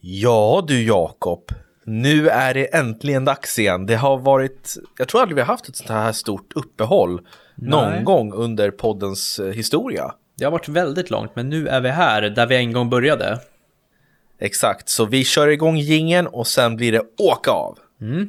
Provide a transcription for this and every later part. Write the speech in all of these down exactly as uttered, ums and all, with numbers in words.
Ja du Jakob, nu är det äntligen dags igen. Det har varit, jag tror aldrig vi har haft ett sånt här stort uppehåll Nej. någon gång under poddens historia. Det har varit väldigt långt, men nu är vi här där vi en gång började. Exakt, så vi kör igång jingeln och sen blir det åka av. Mm.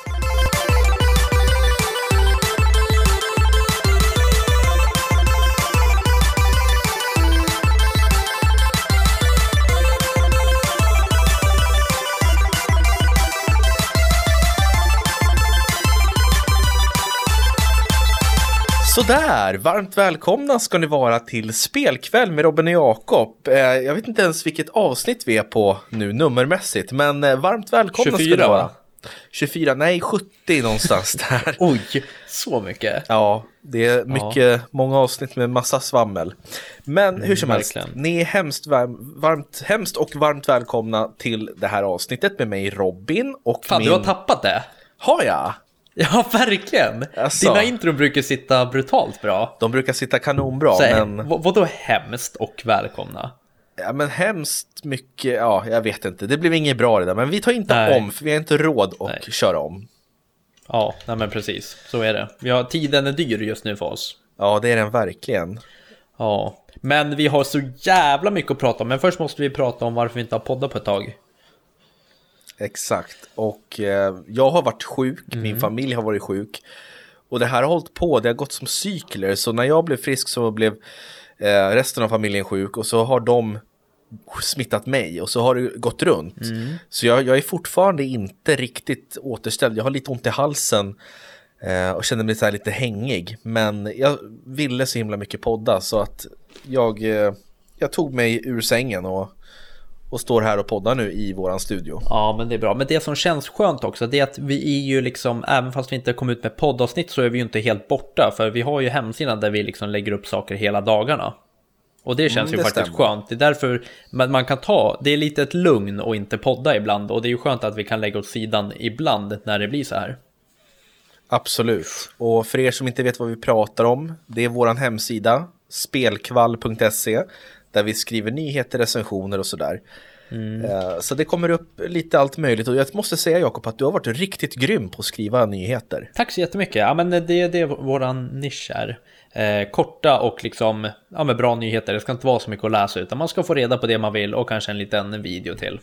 Sådär, varmt välkomna ska ni vara till Spelkväll med Robin och Jakob. Jag vet inte ens vilket avsnitt vi är på nu nummermässigt, men varmt välkomna tjugofyra, ska ni vara. tjugofyra, nej sjuttio någonstans där. Oj, så mycket. Ja, det är mycket, ja. många avsnitt med massa svammel. Men mm, hur som helst, ni är hemskt, varmt, hemskt och varmt välkomna till det här avsnittet med mig Robin och Fan, min... du har tappat det. Har jag? Ja, verkligen. Alltså, dina intron brukar sitta brutalt bra. De brukar sitta kanonbra. Så, men... vad, vadå hemskt och välkomna? Ja, men hemskt mycket, ja, jag vet inte. Det blev inget bra det där, men vi tar inte nej. om, för vi har inte råd att nej. köra om. Ja, nej men precis. Så är det. Vi har, tiden är dyr just nu för oss. Ja, det är den verkligen. Ja, men vi har så jävla mycket att prata om. Men först måste vi prata om varför vi inte har poddat på ett tag. Exakt, och eh, jag har varit sjuk, mm. min familj har varit sjuk. Och det här har hållit på, det har gått som cykler. Så när jag blev frisk så blev eh, resten av familjen sjuk. Och så har de smittat mig och så har det gått runt. mm. Så jag, jag är fortfarande inte riktigt återställd. Jag har lite ont i halsen eh, och känner mig så här lite hängig. Men jag ville så himla mycket podda, så att jag, eh, jag tog mig ur sängen och Och står här och poddar nu i våran studio. Ja, men det är bra. Men det som känns skönt också, det är att vi är ju liksom, även fast vi inte kom ut med poddavsnitt, så är vi ju inte helt borta. För vi har ju hemsidan där vi liksom lägger upp saker hela dagarna. Och det känns mm, ju det faktiskt stämmer. skönt. Det är därför man, man kan ta, det är lite ett lugn och inte podda ibland. Och det är ju skönt att vi kan lägga åt sidan ibland när det blir så här. Absolut. Och för er som inte vet vad vi pratar om, det är våran hemsida, spelkvall punkt se. Där vi skriver nyheter, recensioner och sådär. Mm. Uh, så det kommer upp lite allt möjligt. Och jag måste säga, Jakob, att du har varit riktigt grym på att skriva nyheter. Tack så jättemycket. Ja, men det är det våran nisch är. Eh, korta och liksom, ja, med bra nyheter. Det ska inte vara så mycket att läsa, utan man ska få reda på det man vill. Och kanske en liten video till.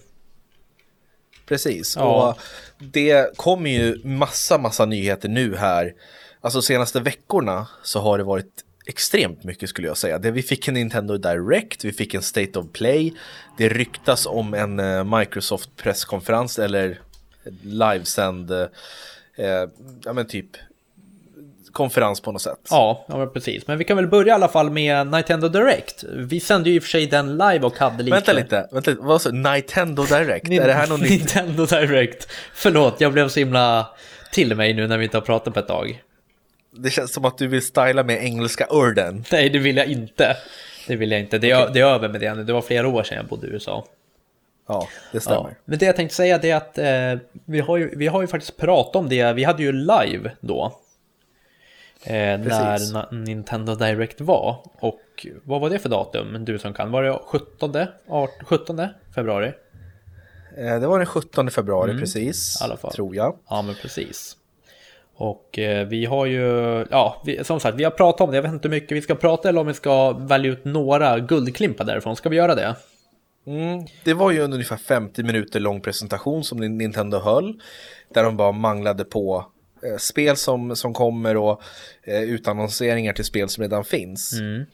Precis. Ja. Och det kommer ju massa, massa nyheter nu här. Alltså senaste veckorna så har det varit extremt mycket, skulle jag säga. Det, vi fick en Nintendo Direct, vi fick en State of Play. Det ryktas om en uh, Microsoft presskonferens eller livesänd uh, ja men typ konferens på något sätt. Ja, ja, precis. Men vi kan väl börja i alla fall med Nintendo Direct. Vi sände ju i och för sig den live och hade lite... Vänta lite, vänta lite. Vad så? Nintendo Direct? Är det här någon Nintendo Direct. Förlåt, jag blev så himla till mig nu när vi inte har pratat på ett tag. Det känns som att du vill styla med engelska orden. Nej, det vill jag inte. Det vill jag inte. Det är, okay. det är över med det nu. Det var flera år sedan jag bodde i U S A. Ja, det stämmer. Ja. Men det jag tänkte säga är att eh, vi, har ju, vi har ju faktiskt pratat om det. Vi hade ju live då. Eh, när na- Nintendo Direct var. Och vad var det för datum? Du som kan. Var det sjuttonde, artonde, sjuttonde februari? Eh, det var den sjuttonde februari, mm. precis. I alla fall. Tror jag. Ja, men precis. Och eh, vi har ju, ja, vi, som sagt, vi har pratat om det. Jag vet inte hur mycket vi ska prata eller om vi ska välja ut några guldklimpar därifrån. Ska vi göra det? Mm, det var ju en ungefär femtio minuter lång presentation som Nintendo höll. Där de bara manglade på eh, spel som, som kommer och eh, utannonseringar till spel som redan finns. Mm.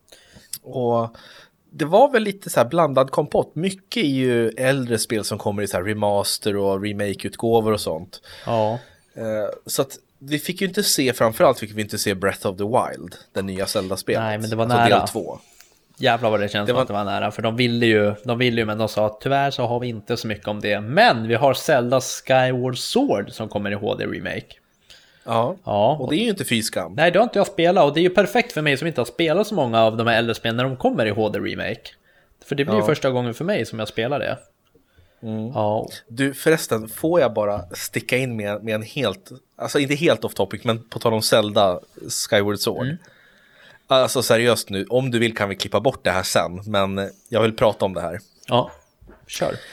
Och det var väl lite så här blandad kompott. Mycket är ju äldre spel som kommer i så här remaster och remake-utgåvor och sånt. Ja. Så att vi fick ju inte se, framförallt fick vi inte se Breath of the Wild, den nya Zelda-spelet. Nej, men det var alltså nära. Del två. Jävlar vad det känns det som var... att det var nära. För de ville ju, de ville ju, men de sa att tyvärr så har vi inte så mycket om det. Men vi har Zelda Skyward Sword som kommer i H D-remake. Ja, ja, och det är ju inte fy skam. Nej, det har inte jag spelat. Och det är ju perfekt för mig som inte har spelat så många av de här äldre spelen när de kommer i H D-remake. För det blir ja. ju första gången för mig som jag spelar det. Mm. Ja. Du, förresten, får jag bara sticka in med, med en helt, alltså inte helt off topic, men på tal om Zelda Skyward Sword. Mm. Alltså seriöst nu, om du vill kan vi klippa bort det här sen, men jag vill prata om det här. Ja, kör.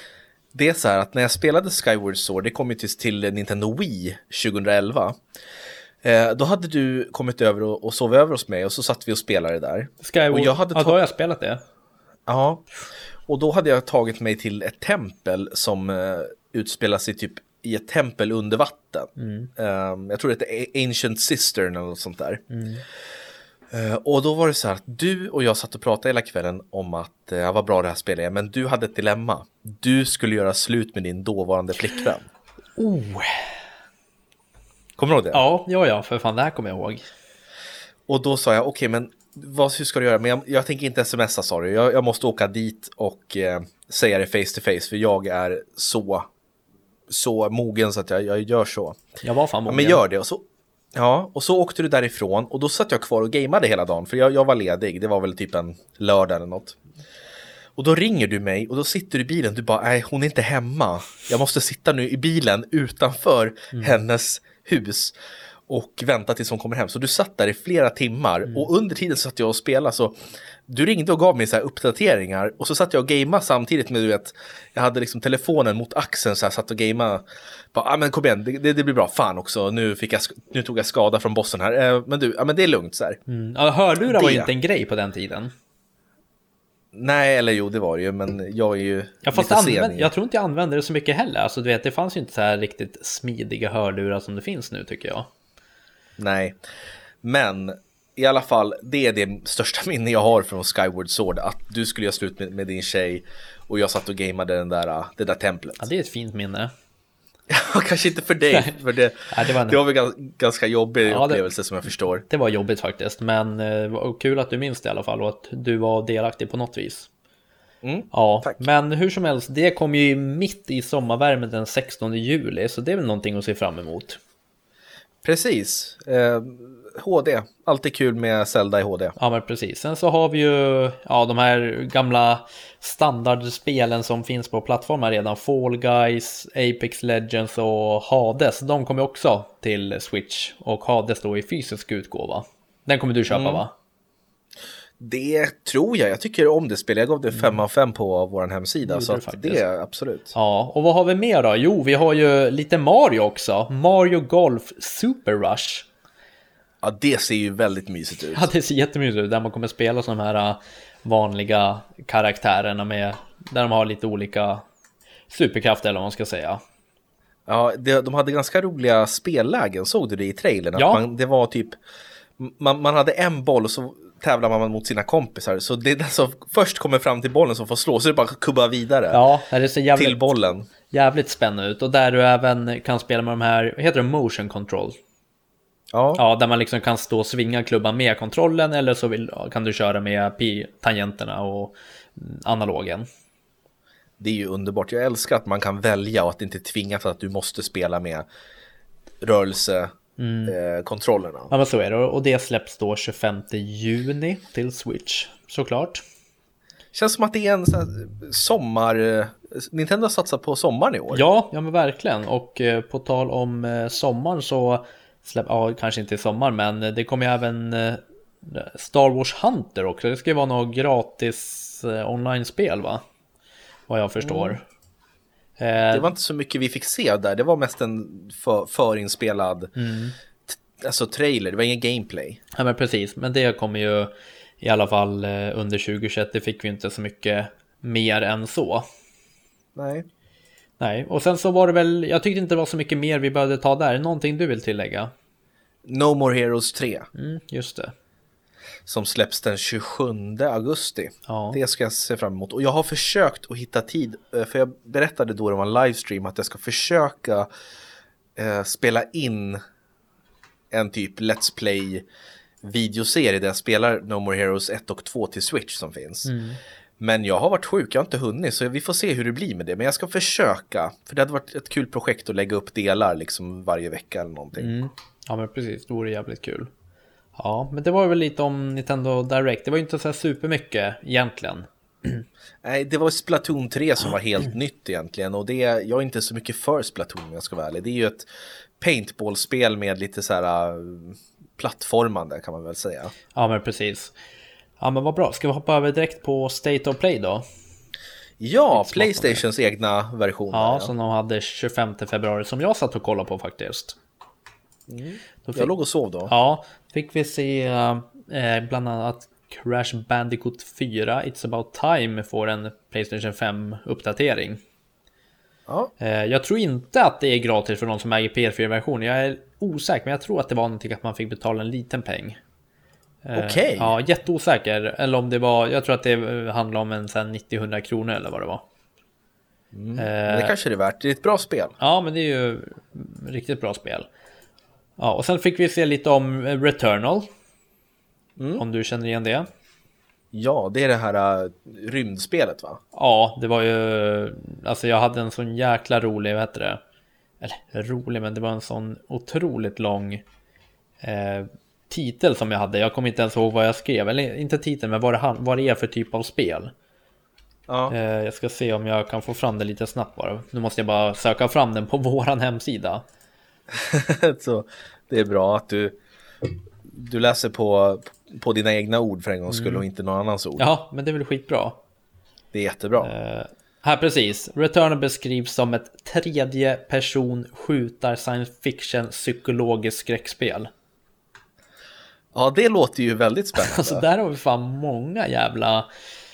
Det är så här att när jag spelade Skyward Sword, det kom ju till, till Nintendo Wii tjugoelva. Eh, då hade du kommit över och, och sov över hos mig och så satt vi och spelade där. Skyward, och jag hade ja, då har jag spelat det. Ja, och då hade jag tagit mig till ett tempel som eh, utspelar sig typ i ett tempel under vatten. Mm. Um, jag tror det är Ancient Cistern eller något sånt där. Mm. Uh, och då var det så här att du och jag satt och pratade hela kvällen om att uh, vad bra det här spelet är, men du hade ett dilemma. Du skulle göra slut med din dåvarande flickvän. Oh. Kommer du ihåg det? Ja, ja, ja, för fan det här kommer jag ihåg. Och då sa jag, okej okay, men vad, hur ska du göra? Men jag, jag tänker inte smsa, sa du. Jag, jag måste åka dit och uh, säga det face to face, för jag är så... så mogen så att jag, jag gör så. Jag var fan mogen. Ja, men gör det. Och så, ja, och så åkte du därifrån och då satt jag kvar och gameade hela dagen för jag, jag var ledig. Det var väl typ en lördag eller något. Och då ringer du mig och då sitter du i bilen. Du bara, nej hon är inte hemma. Jag måste sitta nu i bilen utanför mm. hennes hus och vänta tills hon kommer hem. Så du satt där i flera timmar mm. och under tiden satt jag och spelade så du ringde och gav mig så här uppdateringar och så satt jag och gamea samtidigt med, du vet, jag hade liksom telefonen mot axeln så här, satt och gamea. Ja ah, men kom igen, det, det, det blir bra, fan också, nu, fick jag, nu tog jag skada från bossen här, eh, men du, ja men det är lugnt så här. Mm. Ja, hörlurar det var ju inte en grej på den tiden. Nej, eller jo det var det ju, men jag är ju ja, fast lite använd, jag tror inte jag använde det så mycket heller, alltså du vet, det fanns ju inte så här riktigt smidiga hörlurar som det finns nu tycker jag. Nej, men i alla fall, det är det största minne jag har från Skyward Sword, att du skulle göra slut med, med din tjej och jag satt och gameade den där, det där templet. Ja, det är ett fint minne. Ja, kanske inte för dig, för det, ja, det, var en... det var väl ganska, ganska jobbig ja, upplevelse det, som jag förstår. Det var jobbigt faktiskt, men det var kul att du minns det i alla fall och att du var delaktig på något vis. Mm, ja, tack. Men hur som helst, det kom ju mitt i sommarvärmen den sextonde juli, så det är väl någonting att se fram emot. Precis. Eh, H D. Alltid kul med Zelda i H D. Ja, men precis. Sen så har vi ju ja, de här gamla standardspelen som finns på plattformar redan. Fall Guys, Apex Legends och Hades. De kommer också till Switch. Och Hades då i fysisk utgåva. Den kommer du köpa mm. va? Det tror jag. Jag tycker om det spel. Jag gav det fem av fem på vår hemsida. Det så att det är absolut. Ja, och vad har vi mer då? Jo, vi har ju lite Mario också. Mario Golf Super Rush. Ja, det ser ju väldigt mysigt ut. Ja, det ser jättemysigt ut. Där man kommer spela som de här vanliga karaktärerna med, där de har lite olika superkrafter eller vad man ska säga. Ja, det, de hade ganska roliga spellägen. Såg du det i trailern? Ja. Man, det var typ, man, man hade en boll och så tävlar man mot sina kompisar. Så det är den som först kommer fram till bollen som får slå, så det är bara att kubba vidare. Ja, det ser jävligt, till bollen. Jävligt spännande ut. Och där du även kan spela med de här, vad heter det, motion control. Ja. Ja, där man liksom kan stå och svinga klubban med kontrollen, eller så vill, kan du köra med pi-tangenterna och analogen. Det är ju underbart. Jag älskar att man kan välja och att det inte tvingas att du måste spela med rörelsekontrollerna. Mm. Ja, men så är det. Och det släpps då tjugofemte juni till Switch, såklart. Känns som att det är en så här sommar... Nintendo satsar på sommaren i år. Ja, ja men verkligen. Och eh, på tal om eh, sommaren så släpp, ja, kanske inte i sommar, men det kommer ju även eh, Star Wars Hunter också. Det ska ju vara något gratis eh, online-spel, va? Vad jag förstår. Mm. Eh, det var inte så mycket vi fick se där. Det var mest en för, förinspelad mm. t- alltså trailer. Det var ingen gameplay. Ja, men precis. Men det kommer ju i alla fall eh, under tjugohundratjugoett. Det fick vi inte så mycket mer än så. Nej. Nej, och sen så var det väl, jag tyckte inte det var så mycket mer vi behövde ta där. Någonting du vill tillägga? No More Heroes tre. Mm, just det. Som släpps den tjugosjunde augusti. Ja. Det ska jag se fram emot. Och jag har försökt att hitta tid. För jag berättade då det var en livestream att jag ska försöka eh, spela in en typ Let's Play videoserie där jag spelar No More Heroes ett och två till Switch som finns. Mm. Men jag har varit sjuk, jag har inte hunnit, så vi får se hur det blir med det. Men jag ska försöka, för det hade varit ett kul projekt att lägga upp delar liksom varje vecka eller någonting. Mm. Ja, men precis, det vore jävligt kul. Ja, men det var väl lite om Nintendo Direct. Det var ju inte så här supermycket egentligen. Nej, det var Splatoon tre som var helt nytt egentligen. Och det, jag är inte så mycket för Splatoon om jag ska vara ärlig. Det är ju ett paintball-spel med lite så här uh, plattformande kan man väl säga. Ja, men precis. Ja, men vad bra. Ska vi hoppa över direkt på State of Play då? Ja, PlayStations egna version. Ja, ja, som de hade tjugofemte februari som jag satt och kollade på faktiskt. Mm. Fick, jag låg och sov då. Ja, fick vi se eh, bland annat Crash Bandicoot fyra It's About Time får en PlayStation fem uppdatering. Ja. Eh, jag tror inte att det är gratis för de som äger P S fyra-versionen. Jag är osäker, men jag tror att det var någonting att man fick betala en liten peng. Okej. Okay. Ja, jätteosäker. Eller om det var, jag tror att det handlar om en sån nittio till hundra kronor eller vad det var. Mm. Eh, det kanske är det värt. Det är ett bra spel. Ja, men det är ju riktigt bra spel. Ja, och sen fick vi se lite om Returnal. Mm. Om du känner igen det. Ja, det är det här uh, rymdspelet, va? Ja, det var ju... Alltså jag hade en sån jäkla rolig, vad heter det? Eller rolig, men det var en sån otroligt lång eh, titel som jag hade. Jag kommer inte ens ihåg vad jag skrev. Eller inte titeln, men vad det, vad det är för typ av spel. Ja. Eh, jag ska se om jag kan få fram det lite snabbt bara. Nu måste jag bara söka fram den på våran hemsida. Så det är bra att du du läser på på dina egna ord för en gång skulle mm. och inte någon annans ord. Ja, men det är väl skitbra. Det är jättebra. Uh, här precis. Returnal beskrivs som ett tredje person skjutar science fiction psykologiskt skräckspel. Ja, det låter ju väldigt spännande. Alltså där har vi fan många jävla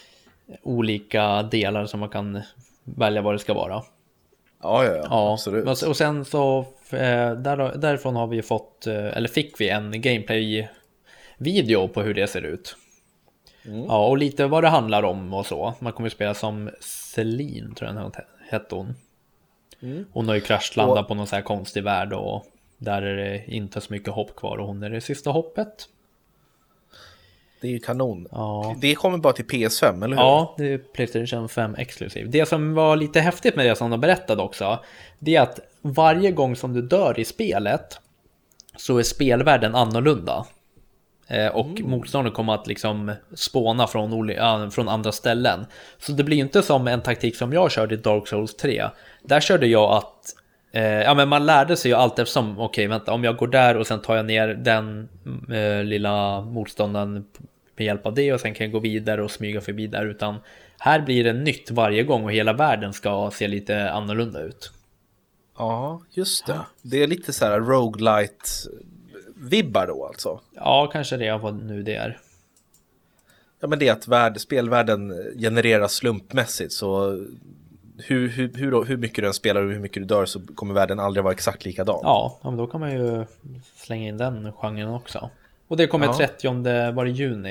olika delar som man kan välja vad det ska vara. Ja, ja, ja, ja. Absolut. Och sen så där, därifrån har vi fått, eller fick vi en gameplay-video på hur det ser ut. Mm. Ja, och lite vad det handlar om och så. Man kommer spela som Celine, tror jag hette hon. Mm. Hon har ju kraschlandat och på någon så här konstig värld och där är det inte så mycket hopp kvar och hon är det sista hoppet. Det är ju kanon. Ja. Det kommer bara till P S fem, eller hur? Ja, det är PlayStation fem exklusiv. Det som var lite häftigt med det som de berättade också, det är att varje gång som du dör i spelet så är spelvärlden annorlunda. Eh, och mm. motståndaren kommer att liksom spåna från, äh, från andra ställen. Så det blir inte som en taktik som jag körde i Dark Souls tre. Där körde jag att eh, ja, men man lärde sig ju allt eftersom, okej okay, vänta, om jag går där och sen tar jag ner den eh, lilla motståndaren med hjälp av det och sen kan jag gå vidare och smyga förbi där, utan här blir det nytt varje gång och hela världen ska se lite annorlunda ut. Ja, just det. Det är lite så här roguelite vibbar då alltså. Ja, kanske det är vad nu det är. Ja, men det är att värld, spelvärlden genereras slumpmässigt, så hur, hur, hur, hur mycket du än spelar och hur mycket du dör så kommer världen aldrig vara exakt likadan. Ja, men då kan man ju slänga in den genren också. Och det kommer ja. trettionde, var det juni?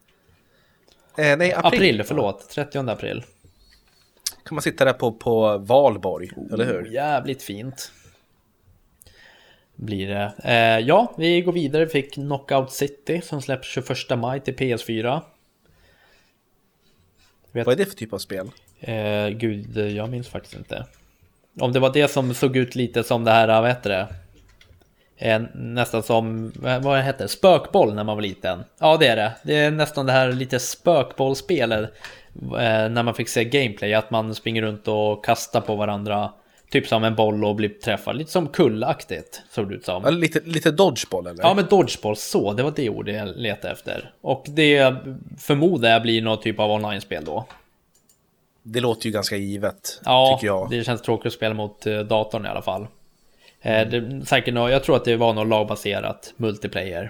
Eh, nej, april. April, förlåt. trettionde april. Kan man sitta där på, på Valborg, oh, eller hur? Jävligt fint. Blir det. Eh, ja, vi går vidare. Fick Knockout City som släpps tjugoförsta maj till P S fyra. Vet... Vad är det för typ av spel? Eh, gud, jag minns faktiskt inte. Om det var det som såg ut lite som det här, vad heter det? Eh, nästan som, vad heter det? Spökboll när man var liten. Ja, det är det. Det är nästan det här lite spökbollspelet eh, när man fick se gameplay. Att man springer runt och kastar på varandra. Typ som en boll och blir träffad. Lite som kullaktigt, såg det ut som. Ja, lite, lite dodgeball eller? Ja, men dodgeball, så. Det var det ordet jag letade efter. Och det förmodar jag blir någon typ av online-spel då. Det låter ju ganska givet, ja, tycker jag. Det känns tråkigt att spela mot datorn i alla fall. Mm. Det, säkert, jag tror att det var något lagbaserat multiplayer.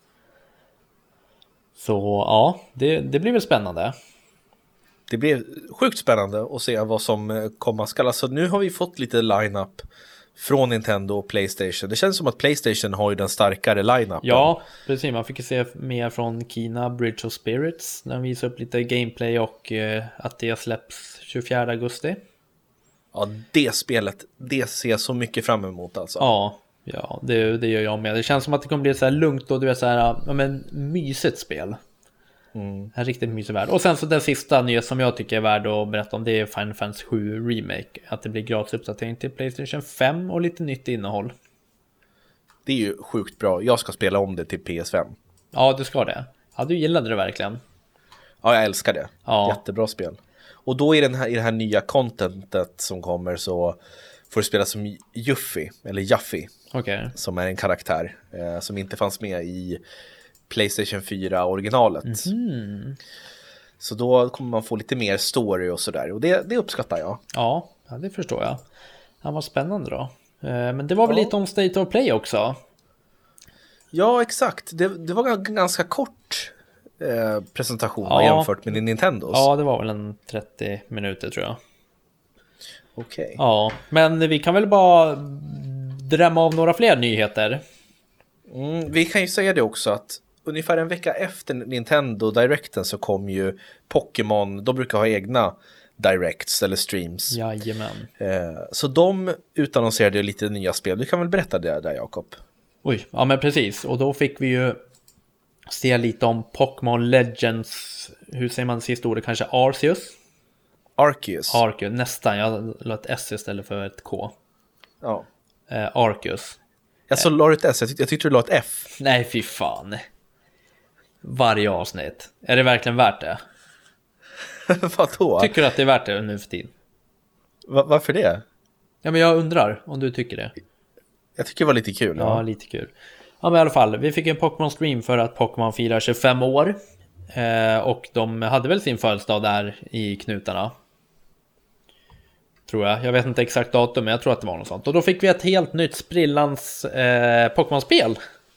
Så ja, det, det blir väl spännande. Det blir sjukt spännande att se vad som komma skall. Alltså, nu har vi fått lite line-up från Nintendo och PlayStation. Det känns som att PlayStation har ju den starkare line-upen. Ja, precis. Man fick ju se mer från Kina, Bridge of Spirits. Där de visar upp lite gameplay och eh, att det släpps tjugofjärde augusti. Ja, det spelet, det ser jag så mycket fram emot alltså. Ja, ja det, det gör jag med. Det känns som att det kommer bli så här lugnt och du vet så här, ja, men mysigt spel. Mm. En riktigt mysig värld. Och sen så den sista nya som jag tycker är värd att berätta om, det är Final Fantasy sju Remake. Att det blir gratis uppdatering till PlayStation fem och lite nytt innehåll. Det är ju sjukt bra. Jag ska spela om det till P S fem. Ja, du ska det. Ja, du gillade det verkligen. Ja, jag älskar det. Ja. Jättebra spel. Och då i, den här, i det här nya contentet som kommer så får du spela som Yuffie, eller Yuffie. Okay. Som är en karaktär eh, som inte fanns med i PlayStation fyra originalet. Mm. Så då kommer man få lite mer story och sådär. Och det, det uppskattar jag. Ja, ja, det förstår jag. Ja, vad spännande då. Men det var väl ja. lite om State of Play också? Ja, exakt. Det, det var en ganska kort eh, presentation ja. jämfört med Nintendos. Ja, det var väl en trettio minuter tror jag. Okej. Okay. Ja, men vi kan väl bara drämma av några fler nyheter. Mm, vi kan ju säga det också att ungefär en vecka efter Nintendo Directen så kom ju Pokémon, de brukar ha egna Directs eller streams. Jajamän. Eh, så de utannonserade lite nya spel. Du kan väl berätta det där, Jakob? Oj, ja men precis. Och då fick vi ju se lite om Pokémon Legends, hur säger man sista ordet, kanske Arceus? Arceus. Arceus, nästan. Jag la ett S istället för ett K. Ja. Eh, Arceus. Jag så la du ett S, jag, tyck- jag tyckte du la ett F. Nej, fy fan. Varje avsnitt. Är det verkligen värt det? Vadå? Tycker du att det är värt det nu för tiden? Va- varför det? Ja, men jag undrar om du tycker det. Jag tycker det var lite kul. Ja, Ja, lite kul. Ja, men i alla fall. Vi fick en Pokémon-stream för att Pokémon firar tjugofem år. Eh, och de hade väl sin födelsedag där i knutarna. Tror jag. Jag vet inte exakt datum, men jag tror att det var något sånt. Och då fick vi ett helt nytt sprillans eh, Pokémon-spel.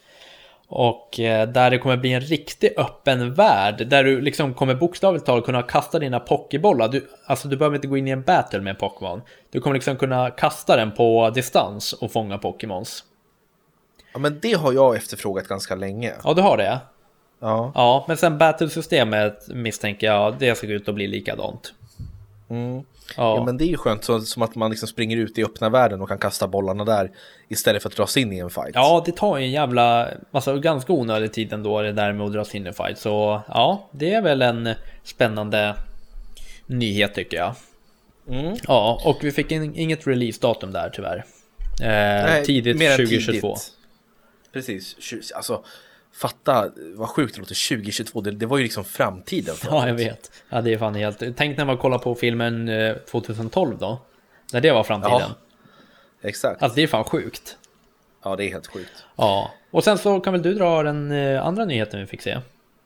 Och eh, där det kommer bli en riktigt öppen värld. Där du liksom kommer bokstavligt talat kunna kasta dina pokébollar. Du, alltså du behöver inte gå in i en battle med Pokémon. Du kommer liksom kunna kasta den på distans och fånga Pokémons. ja, men det har jag efterfrågat ganska länge. Ja, du har det. Ja. Ja, men sen battlesystemet misstänker jag, det ser ut att bli likadant. Mm. Ja. Ja, men det är ju skönt så, som att man liksom springer ut i öppna världen och kan kasta bollarna där istället för att dras in i en fight. Ja, det tar ju en jävla, alltså ganska onödig tid ändå det där med att dras in i fight. Så ja, det är väl en spännande nyhet tycker jag. Mm. Ja, och vi fick in, inget release-datum där tyvärr. Eh, Nej, tidigt mer än tjugohundratjugotvå. tidigt. Precis, alltså fatta vad sjukt det låter tjugohundratjugotvå, det, det var ju liksom framtiden för Ja, jag vet. Ja, det är fan helt. Tänk när man kollar på filmen eh, tjugotolv då. När det var framtiden. Ja, exakt. Alltså det är fan sjukt. Ja, det är helt sjukt. Ja, och sen så kan väl du dra den eh, andra nyheten vi fick se.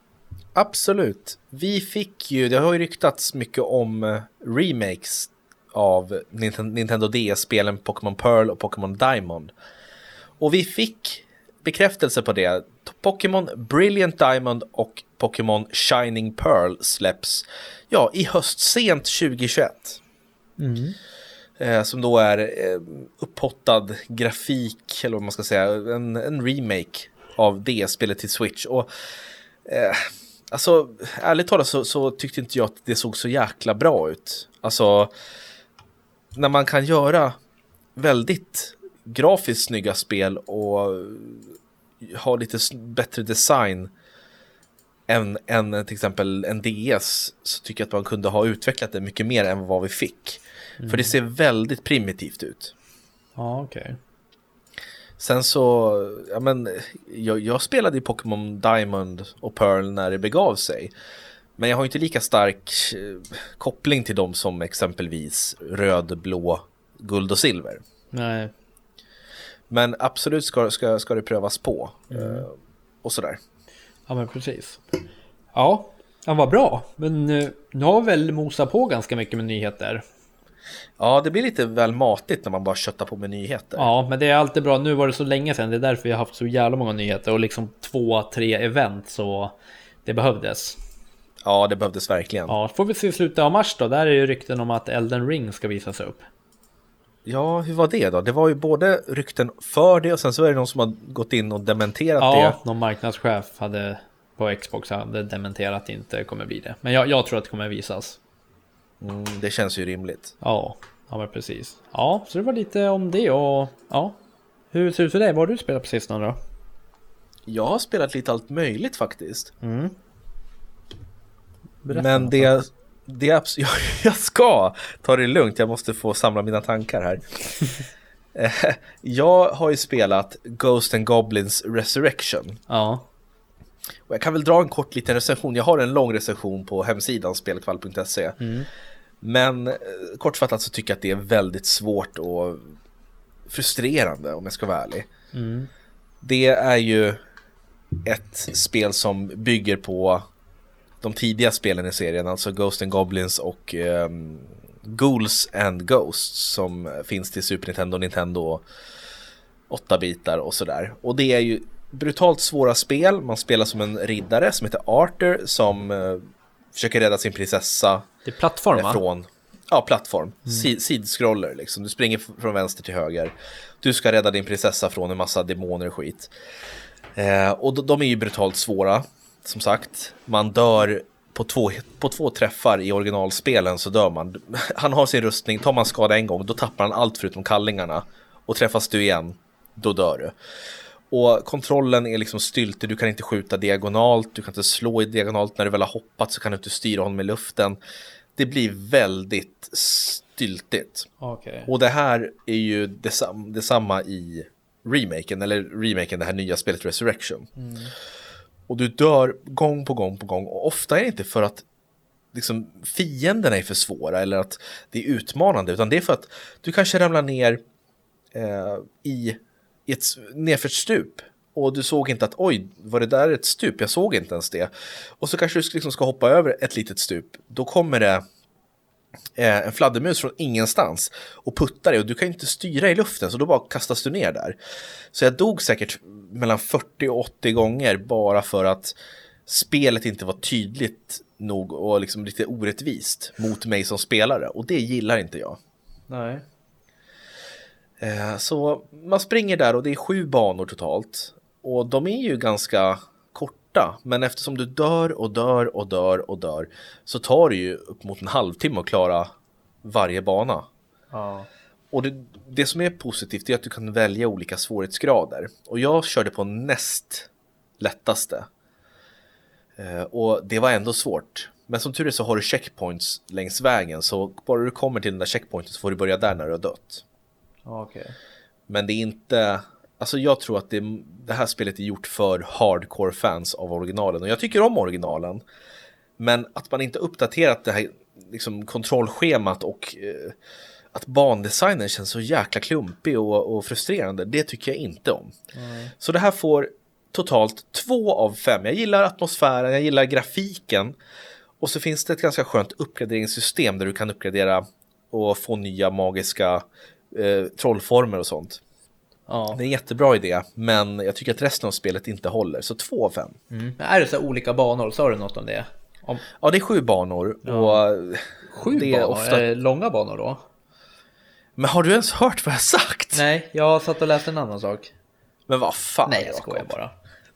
Absolut. Vi fick ju, det har ju ryktats mycket om eh, remakes av Ninten- Nintendo D S-spelen Pokémon Pearl och Pokémon Diamond. Och vi fick bekräftelse på det. Pokémon Brilliant Diamond och Pokémon Shining Pearl släpps ja, i höst sent tjugohundratjugoett. Mm. Eh, som då är eh, upphottad grafik, eller vad man ska säga, en, en remake av D S-spelet till Switch. Och eh, alltså, ärligt talat så, så tyckte inte jag att det såg så jäkla bra ut. Alltså, när man kan göra väldigt grafiskt snygga spel och ha lite bättre design än, än till exempel en D S, så tycker jag att man kunde ha utvecklat det mycket mer än vad vi fick. Mm. För det ser väldigt primitivt ut. Ja, okej. Okay. Sen så, ja men, jag, jag spelade i Pokémon Diamond och Pearl när det begav sig. Men jag har inte lika stark eh, koppling till dem som exempelvis röd, blå, guld och silver. Nej. Men absolut ska, ska, ska det prövas på. Mm. Eh, och sådär. Ja, men precis. Ja, ja vad bra. Men nu, nu har vi väl mosat på ganska mycket med nyheter. Ja, det blir lite väl matigt när man bara köttar på med nyheter. Ja, men det är alltid bra. Nu var det så länge sedan. Det är därför vi har haft så jävla många nyheter. Och liksom två, tre event. Så det behövdes. Ja, det behövdes verkligen. Ja, får vi se i slutet av mars då. Där är ju rykten om att Elden Ring ska visas upp. Ja, hur var det då? Det var ju både rykten för det och sen så är det någon som har gått in och dementerat ja, det. Ja, någon marknadschef hade på Xbox hade dementerat att det inte kommer bli det. Men jag, jag tror att det kommer visas. Mm, det känns ju rimligt. Ja, ja men precis. Ja, så det var lite om det och ja. Hur ser det ut för dig? Vad har du spelat på sistone då? Jag har spelat lite allt möjligt faktiskt. Mm. Men det, det jag, jag ska ta det lugnt. Jag måste få samla mina tankar här. Jag har ju spelat Ghost and Goblins Resurrection. Ja. Och jag kan väl dra en kort liten recension. Jag har en lång recension på hemsidan spelkvall punkt se. Mm. Men eh, kortfattat så tycker jag att det är väldigt svårt och frustrerande om jag ska vara ärlig. de tidiga spelen i serien, alltså Ghosts and Goblins och um, Ghouls and Ghosts som finns till Super Nintendo, Nintendo åtta bitar och sådär. Och det är ju brutalt svåra spel. Man spelar som en riddare som heter Arthur som uh, försöker rädda sin prinsessa. Det är plattform, va? Från, ja, plattform. Mm. Sidskroller liksom. Du springer från vänster till höger. Du ska rädda din prinsessa från en massa demoner och skit. Eh, och de, de är ju brutalt svåra. Som sagt, man dör på två, på två träffar i originalspelen så dör man. Han har sin rustning, tar man skada en gång, då tappar han allt förutom kallingarna. Och träffas du igen, då dör du. Och kontrollen är liksom styltig, du kan inte skjuta diagonalt, du kan inte slå i diagonalt. När du väl har hoppat så kan du inte styra honom i luften. Det blir väldigt styltigt. Okay. Och det här är ju detsam, detsamma i remaken, eller remaken, det här nya spelet Resurrection. Mm. Och du dör gång på gång på gång. Och ofta är det inte för att liksom, fienderna är för svåra eller att det är utmanande, utan det är för att du kanske ramlar ner eh, i, i ett nedfört stup. Och du såg inte att, oj, var det där ett stup? Jag såg inte ens det. Och så kanske du liksom ska hoppa över ett litet stup. Då kommer det eh, en fladdermus från ingenstans och puttar dig. Och du kan inte styra i luften, så då bara kastas du ner där. Så jag dog säkert mellan fyrtio och åttio gånger bara för att spelet inte var tydligt nog och liksom lite orättvist mot mig som spelare. Och det gillar inte jag. Nej. Eh, så man springer där och det är sju banor totalt. Och de är ju ganska korta. Men eftersom du dör och dör och dör och dör så tar det ju upp mot en halvtimme att klara varje bana. Ja. Och det, det som är positivt är att du kan välja olika svårighetsgrader. Och jag körde på näst lättaste. Eh, och det var ändå svårt. Men som tur är så har du checkpoints längs vägen. Så bara du kommer till den där checkpointen så får du börja där när du har dött. Okay. Men det är inte... Alltså jag tror att det, det här spelet är gjort för hardcore fans av originalen. Och jag tycker om originalen. Men att man inte uppdaterat det här liksom, kontrollschemat och eh, att bandesignen känns så jäkla klumpig och, och frustrerande, det tycker jag inte om. Mm. Så det här får totalt två av fem. Jag gillar atmosfären, jag gillar grafiken. Och så finns det ett ganska skönt uppgraderingssystem där du kan uppgradera och få nya magiska eh, trollformer och sånt. Ja. Det är en jättebra idé, men jag tycker att resten av spelet inte håller. Så två av fem. Mm. Men är det så olika banor? Sa du något om det? Om... Ja, det är sju banor. Ja. Och sju det är banor? ofta... Är det långa banor då? Men har du ens hört vad jag sagt? Nej, jag satt och läste en annan sak. Men vad fan? Nej, jag skojar bara.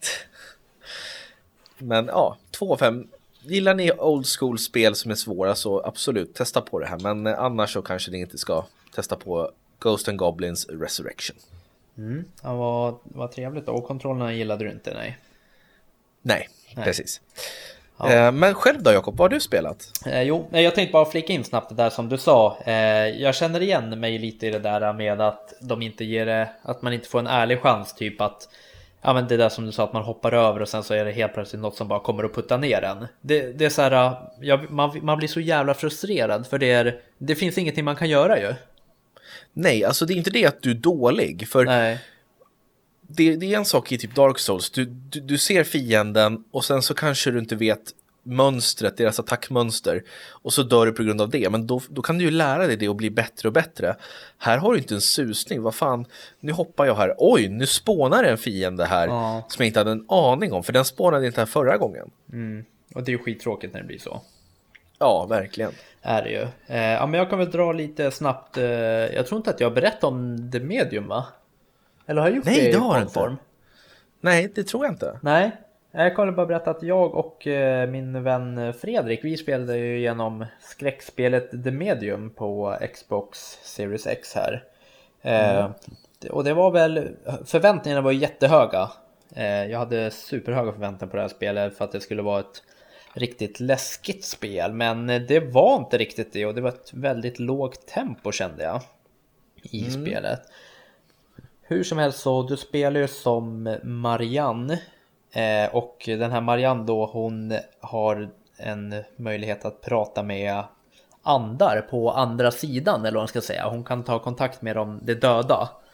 Men ja, två av fem. Gillar ni old school spel som är svåra så absolut, testa på det här. Men annars så kanske ni inte ska testa på Ghosts and Goblins Resurrection. Mm. Ja, vad, vad trevligt då. Och kontrollerna gillade du inte, nej? Nej, nej. Precis. Ja. Eh, men själv då, Jakob, vad har du spelat? Eh, jo, jag tänkte bara flika in snabbt det där som du sa. Eh, jag känner igen mig lite i det där med att de inte ger det, att man inte får en ärlig chans, typ att ja, men det där som du sa, att man hoppar över och sen så är det helt plötsligt något som bara kommer att putta ner en. Det, det är så här, jag, man, man blir så jävla frustrerad för det, är, det finns ingenting man kan göra ju. Nej, alltså det är inte det att du är dålig, för Nej. Det, det är en sak i typ Dark Souls. Du, du, du ser fienden och sen så kanske du inte vet mönstret, deras attackmönster, och så dör du på grund av det. Men då, då kan du ju lära dig det och bli bättre och bättre. Här har du inte en susning. Vad fan, nu hoppar jag här. Oj, nu spånar en fiende här ja. som jag inte hade en aning om, för den spånade inte här förra gången. Mm. Och det är ju skittråkigt när det blir så. Ja, verkligen. Är det ju. Eh, ja, men jag kan väl dra lite snabbt. Eh, jag tror inte att jag har berättat om The Medium, va? Eller har jag gjort Nej, det i det har poddform? inte. Nej, det tror jag inte. Nej, jag kan bara berätta att jag och eh, min vän Fredrik, vi spelade ju igenom skräckspelet The Medium på Xbox Series X här. Eh, mm. Och det var väl, förväntningarna var jättehöga. Eh, jag hade superhöga förväntningar på det här spelet för att det skulle vara ett riktigt läskigt spel. Men det var inte riktigt det, och det var ett väldigt lågt tempo, kände jag, i mm. spelet. Hur som helst, så du spelar ju som Marianne, eh, och den här Marianne då, hon har en möjlighet att prata med andar på andra sidan, eller vad man ska säga. Hon kan ta kontakt med de, de döda.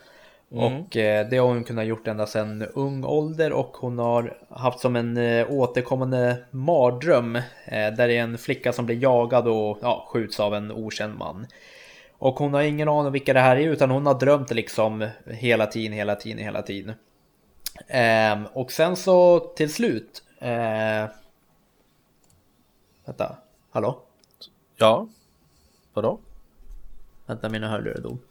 Mm. Och eh, det har hon kunnat gjort ända sedan ung ålder, och hon har haft som en eh, återkommande mardröm eh, där det är en flicka som blir jagad och ja, skjuts av en okänd man. Och hon har ingen aning om vilka det här är, utan hon har drömt liksom hela tiden, hela tiden, hela tiden. Eh, och sen så till slut eh... Vänta, hallå? Ja, vadå? Vänta, mina hörlurar dog.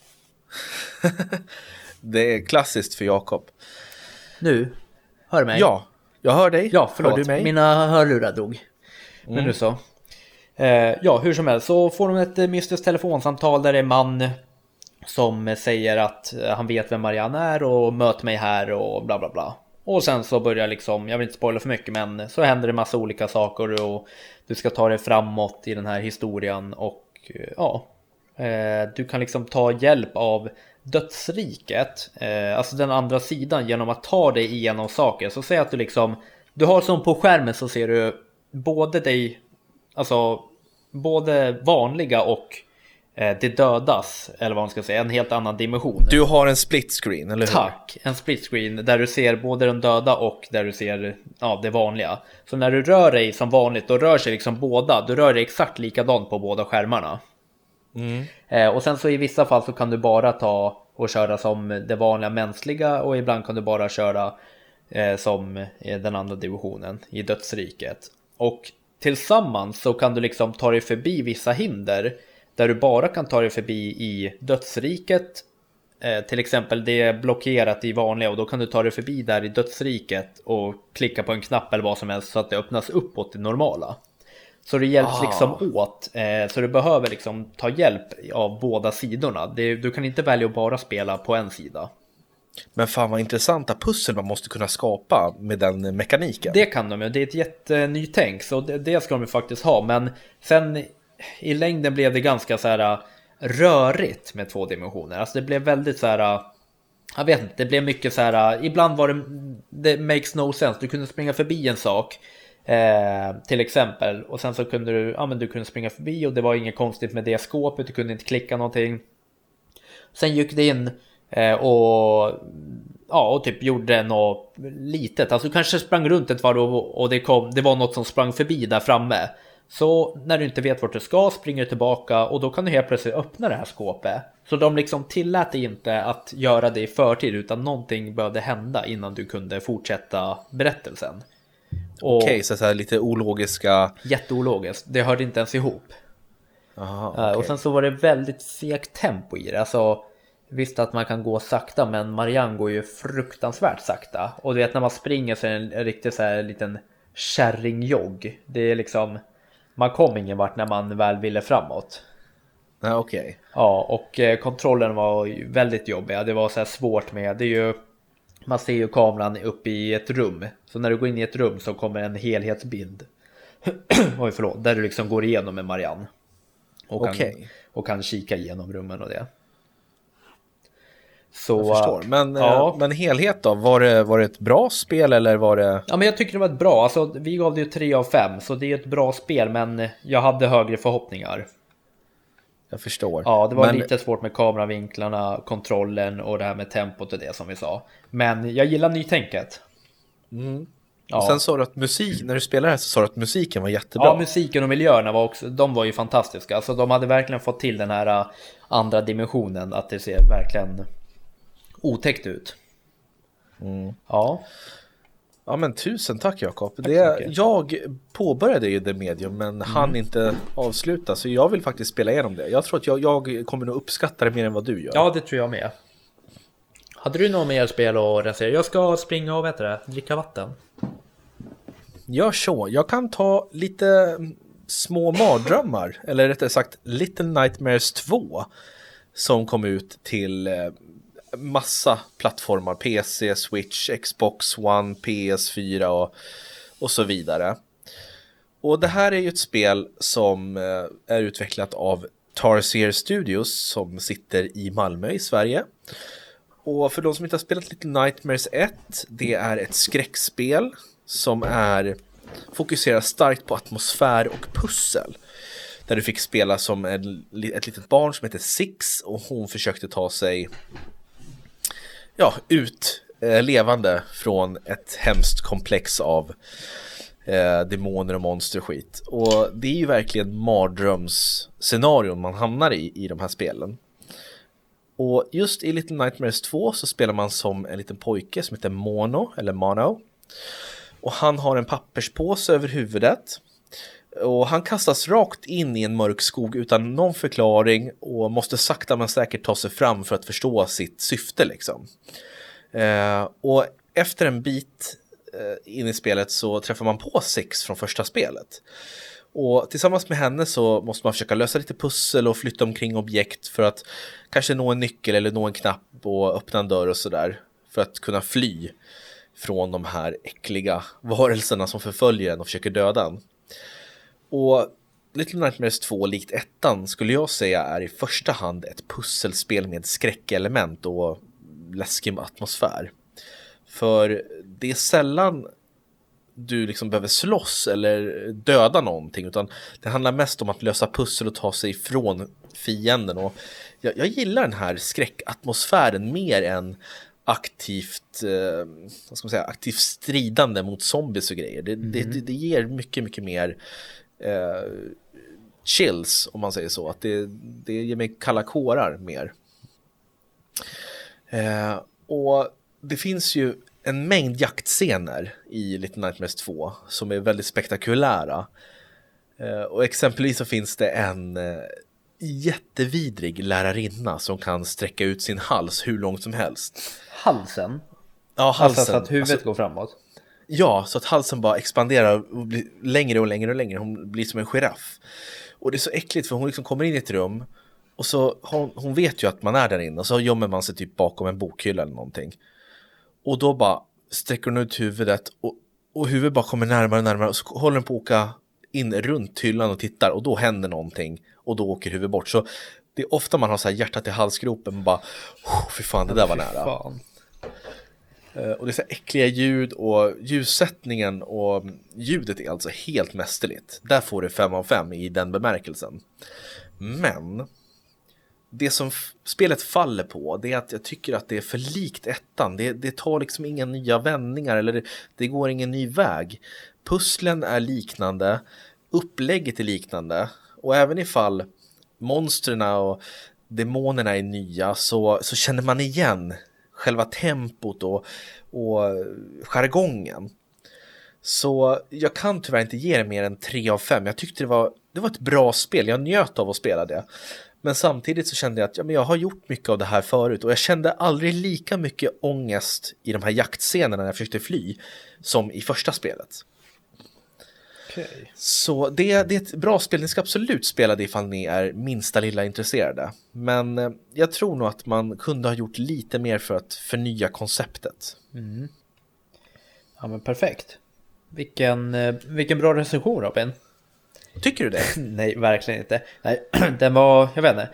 Det är klassiskt för Jakob. Nu, hör du mig? Ja, jag hör dig. Ja, förlåt, hör du mig? mina hörlurar dog. Men Mm. nu så. Eh, ja, hur som helst så får de ett mystiskt telefonsamtal där det är en man som säger att han vet vem Marianne är och möter mig här och bla bla bla. Och sen så börjar liksom, jag vill inte spoila för mycket, men så händer det massa olika saker och du ska ta dig framåt i den här historien. Och ja, eh, du kan liksom ta hjälp av dödsriket, eh, alltså den andra sidan, genom att ta dig igenom saker. Så säg att du liksom, du har som på skärmen så ser du både dig, alltså både vanliga och eh, det dödas, eller vad man ska säga, en helt annan dimension. Du har en split screen, eller hur? Tack, en split screen där du ser både den döda och där du ser ja, det vanliga. Så när du rör dig som vanligt, då rör sig liksom båda, du rör dig exakt likadant på båda skärmarna. Mm. Eh, och sen så i vissa fall så kan du bara ta och köra som det vanliga mänskliga, och ibland kan du bara köra eh, som eh, den andra divisionen i dödsriket. Och tillsammans så kan du liksom ta dig förbi vissa hinder där du bara kan ta dig förbi i dödsriket. Eh, till exempel det är blockerat i vanliga, och då kan du ta dig förbi där i dödsriket och klicka på en knapp eller vad som helst så att det öppnas uppåt det normala. Så det hjälps ah. liksom åt, eh, så du behöver liksom ta hjälp av båda sidorna. Det, du kan inte välja att bara spela på en sida. Men fan vad intressanta pussel man måste kunna skapa med den mekaniken. Det kan de ju, det är ett jättenytänk, så det, det ska de ju faktiskt ha. Men sen i längden blev det ganska så här rörigt med två dimensioner. Alltså det blev väldigt så här, jag vet inte, det blev mycket så här, ibland var det, det makes no sense. Du kunde springa förbi en sak eh, till exempel, och sen så kunde du, ja men du kunde springa förbi och det var inget konstigt med det skåpet, du kunde inte klicka någonting. Sen gick det in eh, och ja, och typ gjorde något litet, alltså du kanske sprang runt ett varv och, och det, kom, det var något som sprang förbi där framme. Så när du inte vet vart du ska, springer du tillbaka och då kan du helt plötsligt öppna det här skåpet. Så de liksom tillät dig inte att göra det i förtid, utan någonting behövde hända innan du kunde fortsätta berättelsen. Okej, okay, så, så här lite ologiska... Jätteologiskt, det hörde inte ens ihop. Aha, okay. Och sen så var det väldigt segt tempo i det. Alltså, visst att man kan gå sakta, men Marianne går ju fruktansvärt sakta. Och du vet, när man springer så är det en riktigt så här liten kärringjogg. Det är liksom... Man kom ingen vart när man väl ville framåt. Ja, okej. Okay. Ja, och eh, kontrollen var väldigt jobbig. Det var så här svårt med... Det är ju... Man ser ju kameran uppe i ett rum. Så när du går in i ett rum så kommer en helhetsbild. Oj, förlåt. Där du liksom går igenom med Marianne. Och kan, okay. och kan kika igenom rummen och det. Så, jag förstår. Men, ja. men helhet då? Var det, var det ett bra spel eller var det... Ja, men jag tycker det var ett bra. Alltså, vi gav det ju tre av fem. Så det är ett bra spel, men jag hade högre förhoppningar. Jag förstår. Ja, det var men... lite svårt med kameravinklarna, kontrollen och det här med tempot och det som vi sa. Men jag gillar nytänket. Mm. Ja. Och sen sa du att musik, när du spelade här så sa du att musiken var jättebra. Ja, musiken och miljöerna var också, de var ju fantastiska. Alltså de hade verkligen fått till den här andra dimensionen, att det ser verkligen otäckt ut. Mm. Ja. Ja, men tusen tack Jakob. Det, jag påbörjade ju The Medium men mm. hann inte avsluta, så jag vill faktiskt spela igenom det. Jag tror att jag, jag kommer nog uppskatta det mer än vad du gör. Ja, det tror jag med. Hade du något mer spel att recensera? Jag ska springa och vet du det, dricka vatten. Gör så. Jag kan ta lite små mardrömmar, eller rättare sagt Little Nightmares två, som kom ut till massa plattformar, P C, Switch, Xbox One, P S fyra och, och så vidare. Och det här är ju ett spel som är utvecklat av Tarsier Studios som sitter i Malmö i Sverige. Och för de som inte har spelat Little Nightmares ett, det är ett skräckspel som är fokuserar starkt på atmosfär och pussel. Där du fick spela som en, ett litet barn som heter Six, och hon försökte ta sig ja, ut eh, levande från ett hemskt komplex av eh, demoner och monster och skit. Och det är ju verkligen mardrömsscenarion man hamnar i i de här spelen. Och just i Little Nightmares två så spelar man som en liten pojke som heter Mono, eller Mono. Och han har en papperspåse över huvudet. Och han kastas rakt in i en mörk skog utan någon förklaring och måste sakta men säkert ta sig fram för att förstå sitt syfte liksom. Eh, och efter en bit eh, in i spelet så träffar man på Six från första spelet. Och tillsammans med henne så måste man försöka lösa lite pussel och flytta omkring objekt för att kanske nå en nyckel eller nå en knapp och öppna en dörr och sådär. För att kunna fly från de här äckliga varelserna som förföljer en och försöker döda en. Och Little Nightmares två, likt ettan, skulle jag säga är i första hand ett pusselspel med skräckelement och läskig atmosfär. För det är sällan du liksom behöver slåss eller döda någonting, utan det handlar mest om att lösa pussel och ta sig ifrån fienden. Och jag, jag gillar den här skräckatmosfären mer än aktivt, eh, vad ska man säga, aktivt stridande mot zombies och grejer. Det, mm. det, det, det ger mycket, mycket mer eh, chills, om man säger så. Att det, det ger mig kalla kårar mer. Eh, och det finns ju en mängd jaktscener i Little Nightmares två som är väldigt spektakulära. Eh, och exempelvis så finns det en eh, jättevidrig lärarinna som kan sträcka ut sin hals hur långt som helst. Halsen? Ja, halsen. Alltså så att huvudet alltså, går framåt? Ja, så att halsen bara expanderar och blir längre och längre och längre. Hon blir som en giraff. Och det är så äckligt för hon liksom kommer in i ett rum och så hon, hon vet ju att man är där inne och så gömmer man sig typ bakom en bokhylla eller någonting. Och då bara sträcker hon ut huvudet och, och huvudet bara kommer närmare och närmare och så håller den på att åka in runt hyllan och tittar och då händer någonting och då åker huvudet bort. Så det är ofta man har så här hjärtat i halsgropen och bara, oh, fy fan, det där var nära. Fan. Och det är så äckliga ljud och ljussättningen och ljudet är alltså helt mästerligt. Där får du fem av fem i den bemärkelsen. Men det som f- spelet faller på, det är att jag tycker att det är för likt ettan. Det, det tar liksom inga nya vändningar eller det, det går ingen ny väg. Pusslen är liknande, upplägget är liknande och även ifall monsterna och demonerna är nya så, så känner man igen själva tempot och, och jargongen. Så jag kan tyvärr inte ge det mer än tre av fem. Jag tyckte det var, det var ett bra spel. Jag njöt av att spela det. Men samtidigt så kände jag att ja, men jag har gjort mycket av det här förut. Och jag kände aldrig lika mycket ångest i de här jaktscenerna när jag försökte fly som i första spelet. Okay. Så det, det är ett bra spel. Ni ska absolut spela det ifall ni är minsta lilla intresserade. Men eh, jag tror nog att man kunde ha gjort lite mer för att förnya konceptet. Mm. Ja, men perfekt. Vilken, eh, vilken bra recension, Robin. Tycker du det? Nej, verkligen inte. Nej, den var, jag vet inte.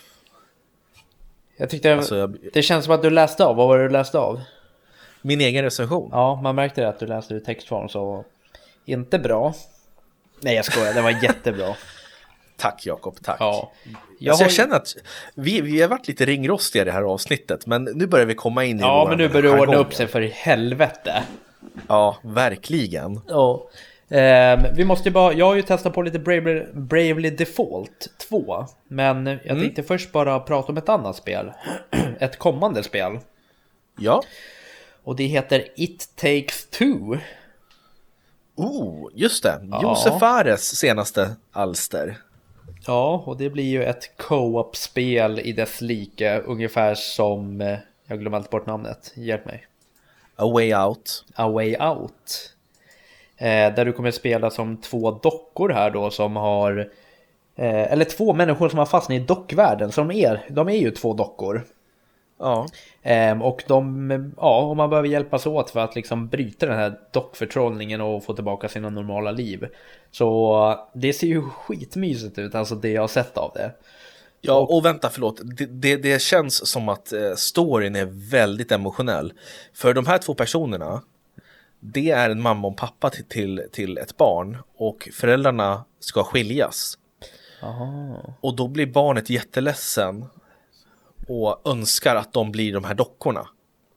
Jag tyckte alltså, jag... det känns som att du läste av. Vad var det du läste av? Min egen recension? Ja, man märkte det att du läste i textform, så inte bra. Nej, jag skojar, det var jättebra. Tack Jakob, tack. Ja. Jag, alltså, jag känner att vi, vi har varit lite ringrostiga i det här avsnittet, men nu börjar vi komma in i ja, men nu börjar det ordna upp sig för helvete. Ja, verkligen. Ja. Um, vi måste bara, jag har ju testat på lite Bravely, Bravely Default två. Men jag mm. tänkte först bara prata om ett annat spel. Ett kommande spel. Ja. Och det heter It Takes Two. Oh, just det. Ja. Josef Fares senaste alster. Ja, och det blir ju ett co-op-spel i dess like. Ungefär som, jag glömde alltid bort namnet, hjälp mig. A Way Out. A Way Out. Eh, där du kommer spela som två dockor här då som har eh, eller två människor som har fastnat i dockvärlden. Så de är, de är ju två dockor. Ja. Eh, och de, ja, om man behöver hjälpas åt för att liksom bryta den här dockförtrollningen och få tillbaka sina normala liv. Så det ser ju skitmysigt ut, alltså det jag har sett av det. Ja, och vänta, förlåt. Det, det, det känns som att eh, storyn är väldigt emotionell. För de här två personerna, det är en mamma och pappa till, till, till ett barn. Och föräldrarna ska skiljas. Aha. Och då blir barnet jätteledsen och önskar att de blir de här dockorna.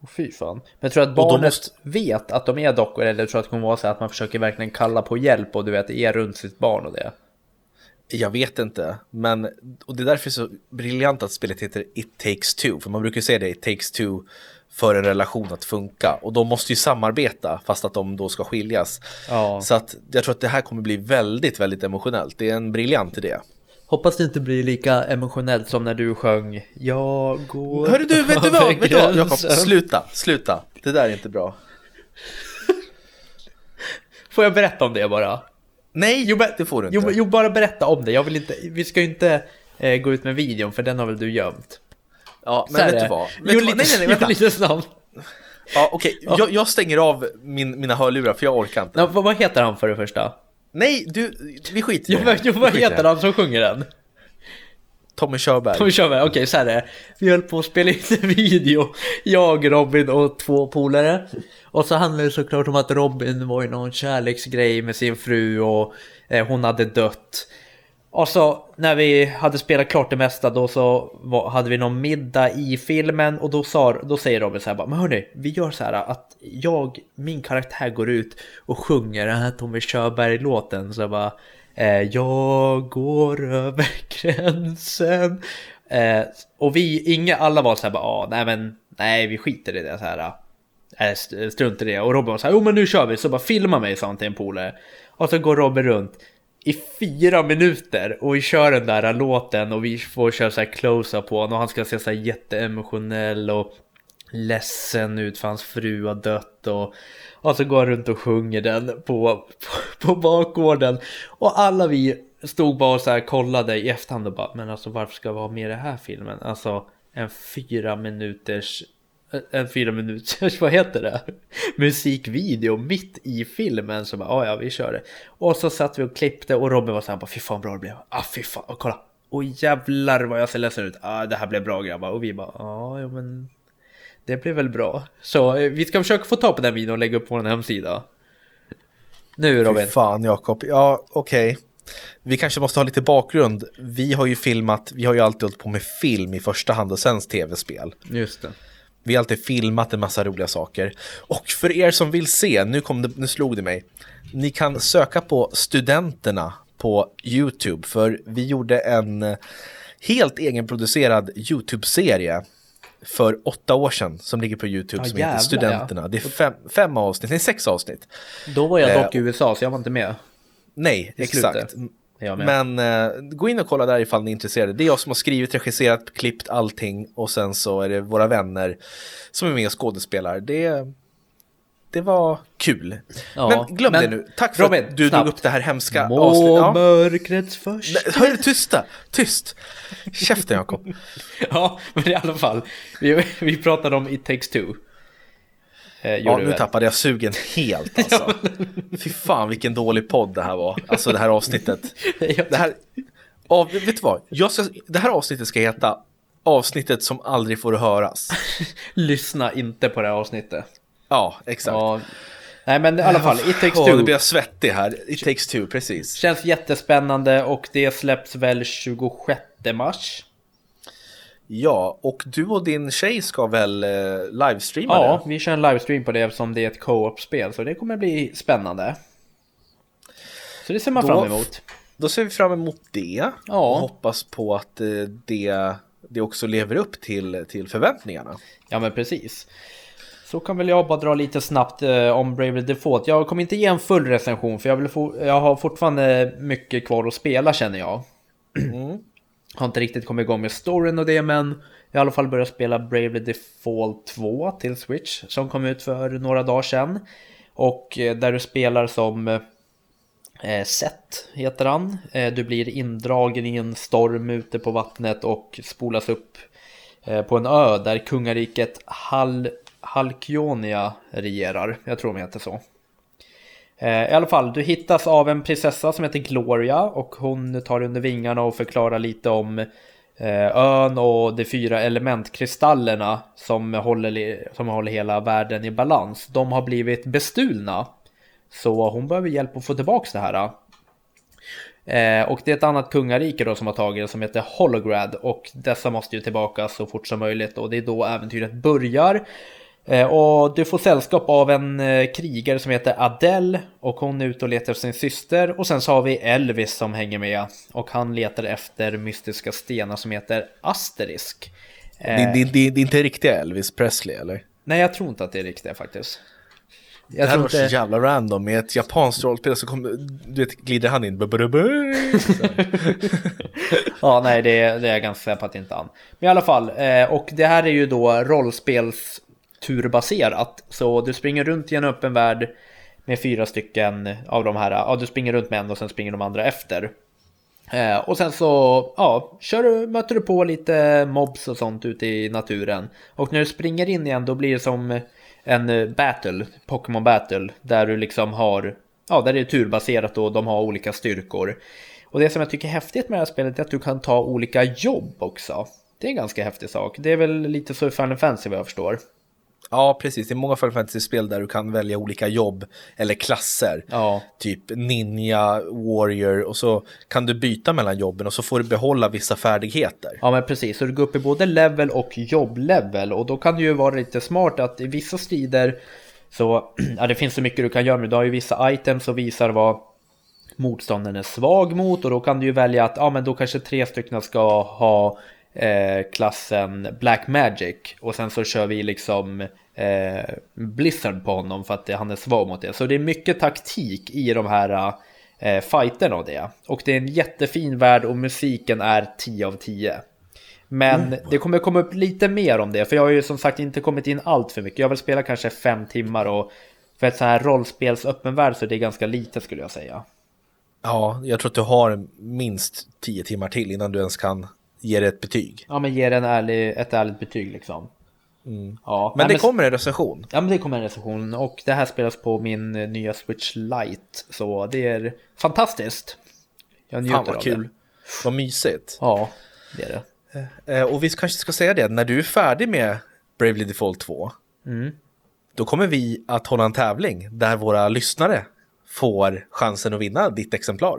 Oh, fy fan. Men tror du att barnet måste... vet att de är dockor, eller tror du att det kommer vara så att man försöker verkligen kalla på hjälp och du vet, är runt sitt barn och det? Jag vet inte, men och det är därför det är så briljant att spelet heter It Takes Two, för man brukar säga det, It Takes Two för en relation att funka, och de måste ju samarbeta fast att de då ska skiljas. Ja. Så att jag tror att det här kommer bli väldigt, väldigt emotionellt. Det är en briljant idé. Hoppas det inte blir lika emotionellt som när du sjöng Jag går. Hörru du, vet du vad? Vet du vad? Jakob, sluta, sluta. Det där är inte bra. Får jag berätta om det bara? Nej, jo, det får du inte. Jo, jo, bara berätta om det. Jag vill inte, vi ska ju inte eh, gå ut med videon, för den har väl du gömt. Ja, men vet du vad? Vet jo, du vad? lite, nej, nej, nej, lite snabbt. Ja, okej. Okay. Jag, jag stänger av min, mina hörlurar för jag orkar inte. Ja, vad, vad heter han för det första? Nej, du, vi skiter i det. Jo, jo, vad heter han som sjunger den? Tommy Körberg. Tommy Körberg, okej, okay, så här är det. Vi höll på att spela in en video. Jag, Robin och två polare. Och så handlade det såklart om att Robin var i någon kärleksgrej med sin fru och eh, hon hade dött. Och så när vi hade spelat klart det mesta då så var, hade vi någon middag i filmen och då, sa, då säger Robin så här bara, men hörni, vi gör så här att jag, min karaktär går ut och sjunger den här Tommy Körberg-låten. Så jag bara, eh, jag går över gränsen. Eh, och vi, inga, alla var så här bara, ah, nej men, nej vi skiter i det så här. Äh, strunt i det. Och Robin var så här, jo men nu kör vi. Så bara filma mig, sa han till en polare. Och så går Robin runt i fyra minuter och vi kör den där låten och vi får köra så här close-up på honom och han ska se så här jätteemotionell och ledsen ut för hans fru har dött och, och så går han runt och sjunger den på, på, på bakgården och alla vi stod bara och så här kollade i efterhand och bara, men alltså varför ska vi ha med det här filmen? Alltså en fyra minuters en fyra minuters, vad heter det? Musikvideo mitt i filmen. Så bara, ja ja, vi kör det. Och så satt vi och klippte och Robin var så här, bara, fy fan bra det blev. Ah fy fan, och kolla. Och jävlar vad jag ser ledsen ut. Ah, det här blev bra grabbar. Och vi bara, ja ja men det blev väl bra. Så eh, vi ska försöka få ta på den videon och lägga upp på vår hemsida. Nu Robin. Fy fan Jakob, ja okej okay. Vi kanske måste ha lite bakgrund. Vi har ju filmat, vi har ju alltid hållit på med film i första hand och sen tv-spel. Just det. Vi har alltid filmat en massa roliga saker. Och för er som vill se, nu, kom det, nu slog det mig. Ni kan söka på Studenterna på YouTube. För vi gjorde en helt egenproducerad YouTube-serie för åtta år sedan. Som ligger på YouTube, ja, som jävlar, heter Studenterna, ja. Det är fem, fem avsnitt, nej sex avsnitt. Då var jag dock eh, i U S A så jag var inte med. Nej, exakt. Men eh, gå in och kolla där ifall ni är intresserade. Det är jag som har skrivit, regisserat, klippt allting. Och sen så är det våra vänner som är med och skådespelar. Det, det var kul. Ja, men glöm men, det nu. Tack för Robin, att du snabbt. drog upp det här hemska avsnittet. Ja. Mörkrets först. Hör tysta, tyst. Käften Jakob. Ja, men i alla fall. Vi, vi pratade om It Takes Two. Eh, ja, nu tappade jag sugen helt alltså. Fy fan vilken dålig podd det här var. Alltså det här avsnittet. Det här, av, vet du vad? Jag ska, det här avsnittet ska heta avsnittet som aldrig får höras. Lyssna inte på det här avsnittet. Ja, exakt. Ja. Nej men i alla fall, It Takes Two. Oh, det blir svettig här. It Takes Two, precis. Känns jättespännande och det släpps väl tjugosjätte mars. Ja, och du och din tjej ska väl eh, livestreama ja, det? Ja, vi kör en livestream på det eftersom det är ett co-op-spel. Så det kommer bli spännande. Så det ser man då, fram emot. Då ser vi fram emot det. Ja. Och hoppas på att eh, det, det också lever upp till, till förväntningarna. Ja, men precis. Så kan väl jag bara dra lite snabbt eh, om Bravely Default. Jag kommer inte ge en full recension för jag, vill få, jag har fortfarande mycket kvar att spela känner jag. Mm. Har inte riktigt kommit igång med storyn och det, men jag har i alla fall börjat spela Bravely Default två till Switch som kom ut för några dagar sedan. Och eh, där du spelar som eh, Seth heter han. Eh, du blir indragen i en storm ute på vattnet och spolas upp eh, på en ö där kungariket Hal Halkionia regerar. Jag tror de heter så. I alla fall, du hittas av en prinsessa som heter Gloria och hon tar under vingarna och förklarar lite om ön och de fyra elementkristallerna som håller, som håller hela världen i balans. De har blivit bestulna, så hon behöver hjälp att få tillbaka det här. Och det är ett annat kungarike då som har tagit det som heter Holograd och dessa måste ju tillbaka så fort som möjligt och det är då äventyret börjar. Och du får sällskap av en krigare som heter Adele, och hon är ute och letar sin syster. Och sen så har vi Elvis som hänger med, och han letar efter mystiska stenar som heter Asterisk. Det, det, det, det är inte riktiga Elvis Presley, eller? Nej, jag tror inte att det är riktiga faktiskt. Jag det här var inte... så jävla random. Med ett japanskt rollspel så kommer, du vet, glider han in. Ja, nej, det är, det är ganska säker på att inte han. Men i alla fall, och det här är ju då rollspels turbaserat. Så du springer runt i en öppen värld med fyra stycken av de här. Ja, du springer runt med en och sen springer de andra efter. Eh, och sen så ja, kör du, möter du på lite mobs och sånt ute i naturen. Och när du springer in igen, då blir det som en battle, Pokémon battle, där du liksom har, ja, där det är turbaserat och de har olika styrkor. Och det som jag tycker är häftigt med det här spelet är att du kan ta olika jobb också. Det är en ganska häftig sak. Det är väl lite så i Final Fantasy vad jag förstår. Ja, precis. Det är många Final Fantasy-spel där du kan välja olika jobb eller klasser. Ja. Typ ninja, warrior, och så kan du byta mellan jobben och så får du behålla vissa färdigheter. Ja, men precis. Så du går upp i både level och jobblevel. Och då kan det ju vara lite smart att i vissa strider så, ja, det finns så mycket du kan göra. Men du har ju vissa items som visar vad motståndaren är svag mot. Och då kan du ju välja att, ja, men då kanske tre stycken ska ha Eh, klassen Black Magic, och sen så kör vi liksom eh, Blizzard på honom för att han är svag mot det. Så det är mycket taktik i de här eh, fighterna och det. Och det är en jättefin värld och musiken är tio av tio. Men mm. det kommer komma upp lite mer om det, för jag har ju som sagt inte kommit in allt för mycket. Jag vill spela kanske fem timmar, och för ett så här rollspels öppen värld så är det ganska lite, skulle jag säga. Ja, jag tror att du har minst tio timmar till innan du ens kan ge det ett betyg. Ja, men ge det en ärlig, ett ärligt betyg liksom. Mm. Ja, men nej, det men... kommer en recension. Ja, men det kommer en recension. Och det här spelas på min nya Switch Lite. Så det är fantastiskt. Jag njuter Fan, vad av kul. Det. Vad mysigt. Ja, det är det. eh, Och vi kanske ska säga det, när du är färdig med Bravely Default två, mm. då kommer vi att hålla en tävling där våra lyssnare får chansen att vinna ditt exemplar.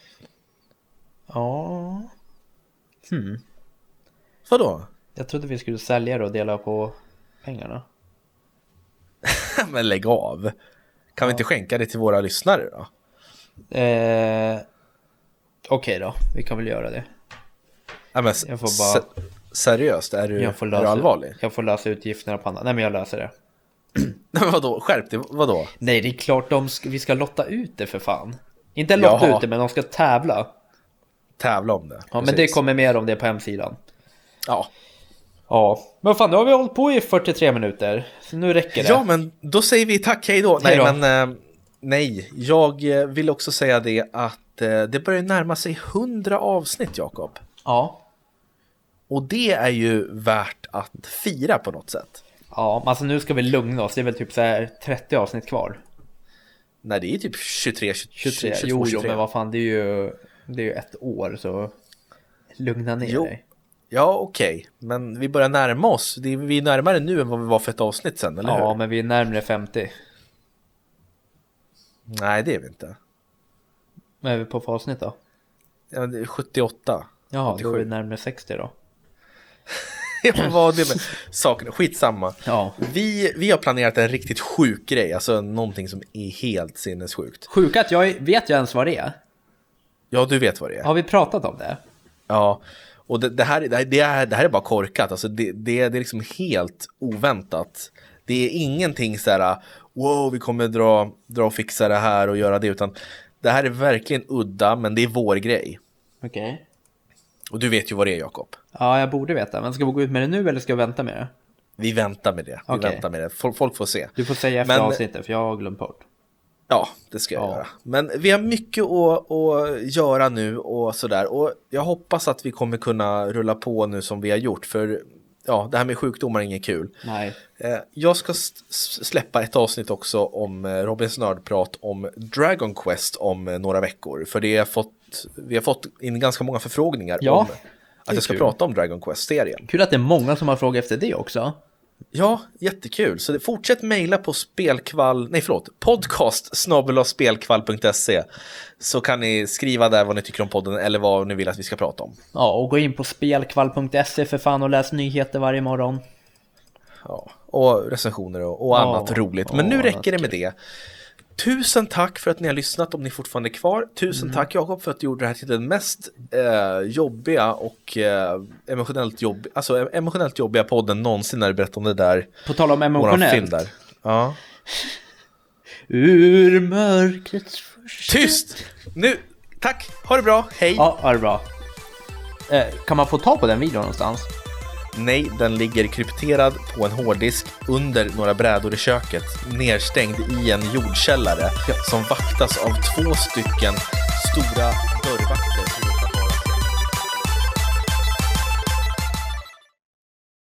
Ja. Hmm. Vadå? Jag trodde vi skulle sälja det och dela på pengarna. Men lägg av. Kan ja. vi inte skänka det till våra lyssnare då? Eh, Okej okay då, vi kan väl göra det. Ja, men jag får bara... se- seriöst, är du, jag får lösa, är du allvarlig? Jag får lösa utgifterna på andra. Nej, men jag löser det. Men vadå? Skärp dig, vadå? Nej, det är klart de ska, vi ska lotta ut det för fan. Inte lotta Jaha. ut det, men de ska tävla. Tävla om det. Ja, precis. Men det kommer mer om det på hemsidan. Ja. Ja, men fan, nu har vi hållit på i fyrtiotre minuter. Så nu räcker det. Ja, men då säger vi tack, hej då. Nej, men äh, nej, jag vill också säga det att äh, det börjar närma sig hundra avsnitt, Jakob. Ja. Och det är ju värt att fira på något sätt. Ja, alltså nu ska vi lugna oss. Det är väl typ så här trettio avsnitt kvar. Nej, det är typ tjugotre, tjugotre, tjugotre. tjugotvå, Jo, tjugotre. jo, men vad fan, det är ju, det är ju ett år, så lugna ner jo. dig. Ja, okej. Okay. Men vi börjar närma oss. Det är, vi är närmare nu än vad vi var för ett avsnitt sen, eller hur? Ja, men vi är närmare femtio. Nej, det är vi inte. Vad är vi på för avsnitt då? Ja, det är sjuttioåtta. Ja, då är vi närmare sextio då. Ja, vad det med saken? Skitsamma. Ja. Vi, vi har planerat en riktigt sjuk grej. Alltså någonting som är helt sinnessjukt. Sjukt att jag vet jag ens vad det är. Ja, du vet vad det är. Har vi pratat om det? Ja, och det, det, här, det, här, det, här, det här är bara korkat. Alltså det, det, det är liksom helt oväntat. Det är ingenting så här, wow, vi kommer dra, dra och fixa det här och göra det. Utan det här är verkligen udda, men det är vår grej. Okej. Okay. Och du vet ju vad det är, Jakob. Ja, jag borde veta. Men ska vi gå ut med det nu eller ska vi vänta med det? Vi väntar med det. Vi okay. väntar med det. Folk, folk får se. Du får säga efter men, avsnittet, för jag har glömt bort. Ja, det ska jag ja. göra. Men vi har mycket att, att göra nu och sådär. Och jag hoppas att vi kommer kunna rulla på nu som vi har gjort. För ja, det här med sjukdomar är inget kul. Nej. Jag ska släppa ett avsnitt också om Robins nördprat om Dragon Quest om några veckor. För det har fått, vi har fått in ganska många förfrågningar ja, om att jag ska kul. prata om Dragon Quest-serien. Kul att det är många som har frågat efter det också. Ja, jättekul. Så det, fortsätt mejla på spelkvall, nej förlåt, podcast snabel-a spelkvall punkt se, så kan ni skriva där vad ni tycker om podden eller vad ni vill att vi ska prata om. Ja, och gå in på spelkvall punkt se för fan och läs nyheter varje morgon. Ja, och recensioner och, och annat oh, roligt. Men oh, nu räcker det med det. Tusen tack för att ni har lyssnat, om ni fortfarande är kvar. Tusen mm. tack Jakob för att du gjorde det här till den mest eh, jobbiga och eh, emotionellt, jobb, alltså, emotionellt jobbiga podden någonsin när du berättade om det där. På tal om emotionellt. Där. Ja. Ur mörkrets första... Tyst! Nu, tack, ha det bra, hej! Ja, ha det bra. Eh, kan man få ta på den videon någonstans? Nej, den ligger krypterad på en hårddisk under några brädor i köket, nedstängd i en jordkällare ja. som vaktas av två stycken stora dörrvakter.